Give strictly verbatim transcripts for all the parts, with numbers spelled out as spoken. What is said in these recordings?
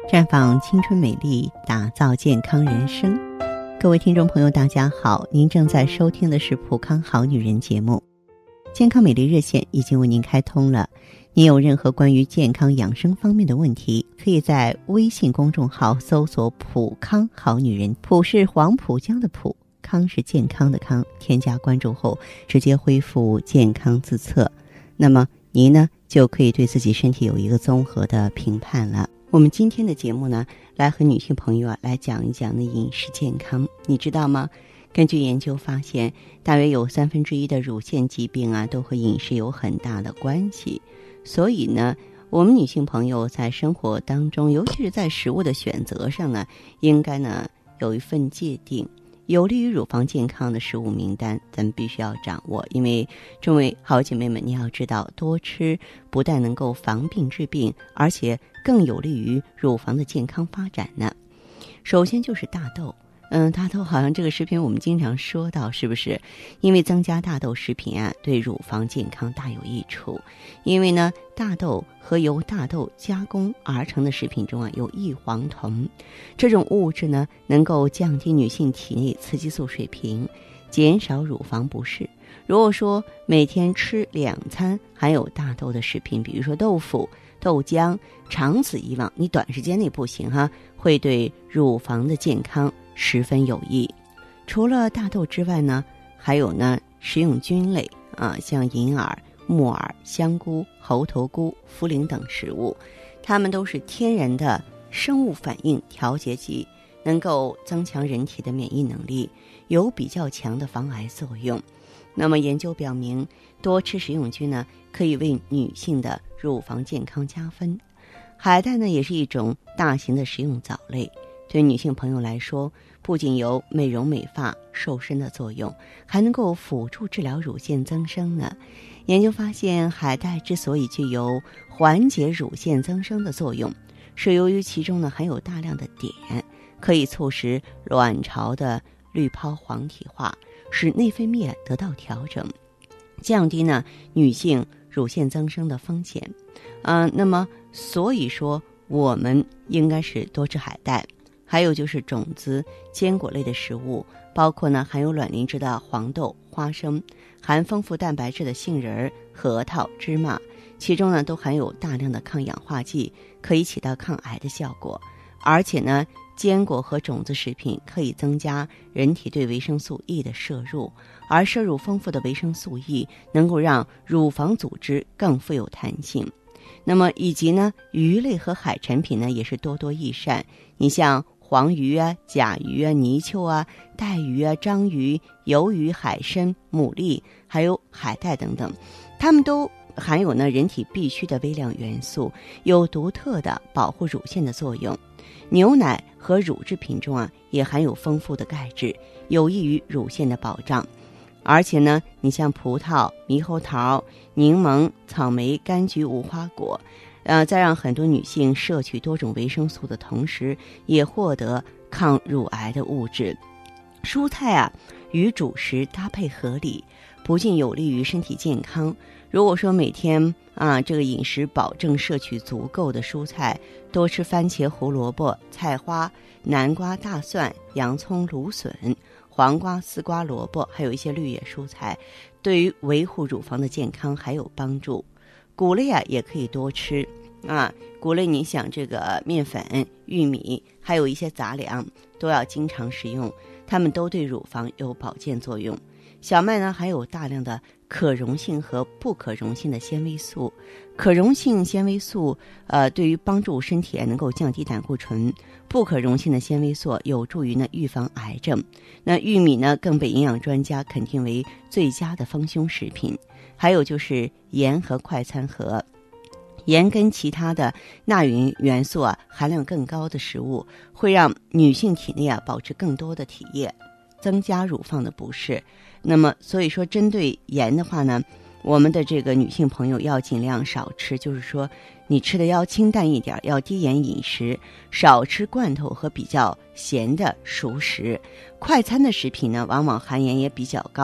绽放青春美丽，打造健康人生。各位听众朋友大家好，您正在收听的是普康好女人节目。健康美丽热线已经为您开通了，您有任何关于健康养生方面的问题，可以在微信公众号搜索普康好女人，普是黄浦江的浦，康是健康的康，添加关注后直接恢复健康自测，那么您呢就可以对自己身体有一个综合的评判了。我们今天的节目呢，来和女性朋友啊来讲一讲的饮食健康。你知道吗？根据研究发现，大约有三分之一的乳腺疾病啊，都和饮食有很大的关系。所以呢，我们女性朋友在生活当中，尤其是在食物的选择上呢，应该呢有一份界定。有利于乳房健康的食物名单，咱们必须要掌握。因为众位好姐妹们，你要知道，多吃不但能够防病治病，而且更有利于乳房的健康发展呢。首先就是大豆。嗯，大豆好像这个食品我们经常说到，是不是？因为增加大豆食品啊，对乳房健康大有益处。因为呢，大豆和由大豆加工而成的食品中啊，有异黄酮，这种物质呢，能够降低女性体内雌激素水平，减少乳房不适。如果说每天吃两餐含有大豆的食品，比如说豆腐、豆浆，长此以往，你短时间内不行哈，会对乳房的健康十分有益。除了大豆之外呢，还有呢食用菌类啊，像银耳、木耳、香菇、猴头菇、茯苓等食物，它们都是天然的生物反应调节剂，能够增强人体的免疫能力，有比较强的防癌作用。那么研究表明，多吃食用菌呢，可以为女性的乳房健康加分。海带呢，也是一种大型的食用藻类，对女性朋友来说，不仅有美容美发、瘦身的作用，还能够辅助治疗乳腺增生呢。研究发现，海带之所以具有缓解乳腺增生的作用，是由于其中呢含有大量的碘，可以促使卵巢的滤泡黄体化，使内分泌得到调整，降低呢女性乳腺增生的风险。嗯、呃，那么所以说我们应该是多吃海带。还有就是种子、坚果类的食物，包括呢含有卵磷脂的黄豆、花生，含丰富蛋白质的杏仁、核桃、芝麻，其中呢都含有大量的抗氧化剂，可以起到抗癌的效果。而且呢，坚果和种子食品可以增加人体对维生素 E 的摄入，而摄入丰富的维生素 E 能够让乳房组织更富有弹性。那么以及呢，鱼类和海产品呢也是多多益善。你像黄鱼啊、甲鱼啊、泥鳅啊、带鱼啊、章鱼、鱿鱼、海参、牡蛎，还有海带等等，它们都含有呢人体必需的微量元素，有独特的保护乳腺的作用。牛奶和乳制品中啊也含有丰富的钙质，有益于乳腺的保障。而且呢，你像葡萄、猕猴桃、柠檬、草莓、柑橘、无花果，呃，在让很多女性摄取多种维生素的同时，也获得抗乳癌的物质。蔬菜啊，与主食搭配合理，不仅有利于身体健康。如果说每天啊，这个饮食保证摄取足够的蔬菜，多吃番茄、胡萝卜、菜花、南瓜、大蒜、洋葱、芦笋、黄瓜、丝瓜、萝卜，还有一些绿叶蔬菜，对于维护乳房的健康还有帮助。谷类啊也可以多吃啊，谷类你想这个面粉、玉米，还有一些杂粮都要经常食用，它们都对乳房有保健作用。小麦呢含有大量的可溶性和不可溶性的纤维素，可溶性纤维素呃对于帮助身体能够降低胆固醇，不可溶性的纤维素有助于呢预防癌症。那玉米呢更被营养专家肯定为最佳的丰胸食品。还有就是盐和快餐盒，盐跟其他的钠元元素啊含量更高的食物，会让女性体内啊保持更多的体液，增加乳房的不适。那么所以说针对盐的话呢，我们的这个女性朋友要尽量少吃，就是说你吃的要清淡一点，要低盐饮食，少吃罐头和比较咸的熟食。快餐的食品呢往往含盐也比较高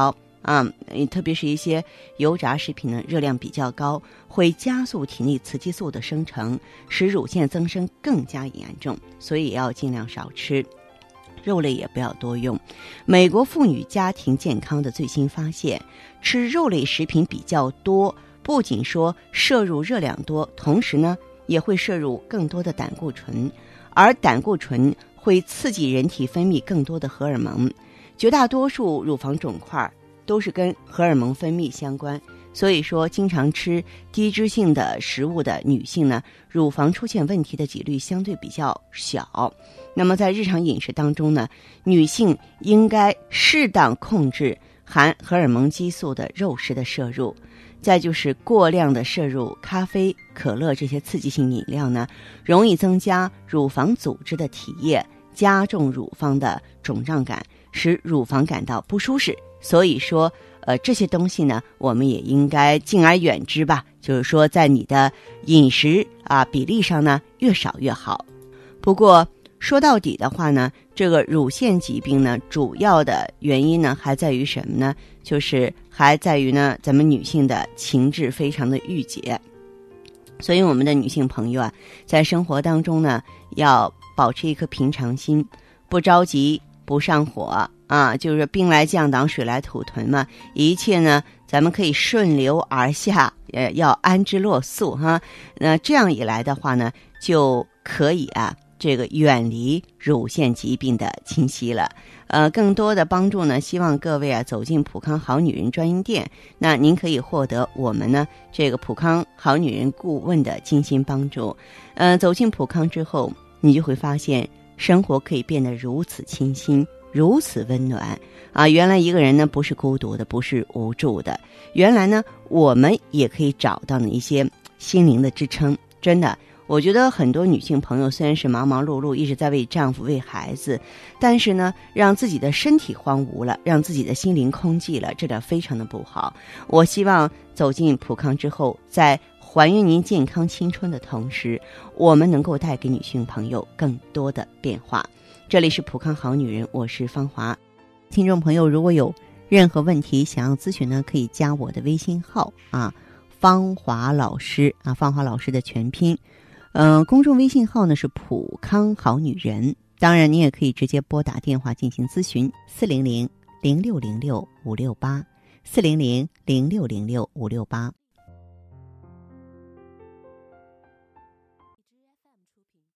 啊，特别是一些油炸食品呢，热量比较高，会加速体内雌激素的生成，使乳腺增生更加严重，所以要尽量少吃。肉类也不要多用。美国妇女家庭健康的最新发现，吃肉类食品比较多，不仅说摄入热量多，同时呢也会摄入更多的胆固醇，而胆固醇会刺激人体分泌更多的荷尔蒙，绝大多数乳房肿块都是跟荷尔蒙分泌相关。所以说经常吃低脂性的食物的女性呢，乳房出现问题的几率相对比较小。那么在日常饮食当中呢，女性应该适当控制含荷尔蒙激素的肉食的摄入。再就是过量的摄入咖啡、可乐这些刺激性饮料呢，容易增加乳房组织的体液，加重乳房的肿胀感，使乳房感到不舒适。所以说呃，这些东西呢，我们也应该敬而远之吧。就是说，在你的饮食啊比例上呢，越少越好。不过说到底的话呢，这个乳腺疾病呢，主要的原因呢，还在于什么呢？就是还在于呢，咱们女性的情志非常的郁结。所以我们的女性朋友啊，在生活当中呢，要保持一颗平常心，不着急，不上火。啊，就是兵来将挡，水来土屯嘛，一切呢，咱们可以顺流而下，呃，要安之若素哈。那这样一来的话呢，就可以啊，这个远离乳腺疾病的侵袭了。呃，更多的帮助呢，希望各位啊走进普康好女人专营店，那您可以获得我们呢这个普康好女人顾问的精心帮助。呃，走进普康之后，你就会发现生活可以变得如此清新，如此温暖啊！原来一个人呢不是孤独的，不是无助的。原来呢，我们也可以找到呢一些心灵的支撑。真的，我觉得很多女性朋友虽然是忙忙碌碌，一直在为丈夫、为孩子，但是呢，让自己的身体荒芜了，让自己的心灵空寂了，这点非常的不好。我希望走进普康之后，在还原您健康青春的同时，我们能够带给女性朋友更多的变化。这里是普康好女人，我是芳华。听众朋友如果有任何问题想要咨询呢，可以加我的微信号啊，芳华老师啊，芳华老师的全拼。嗯、呃，公众微信号呢是普康好女人。当然，你也可以直接拨打电话进行咨询，四零零零六零六五六八，四零零零六零六五六八。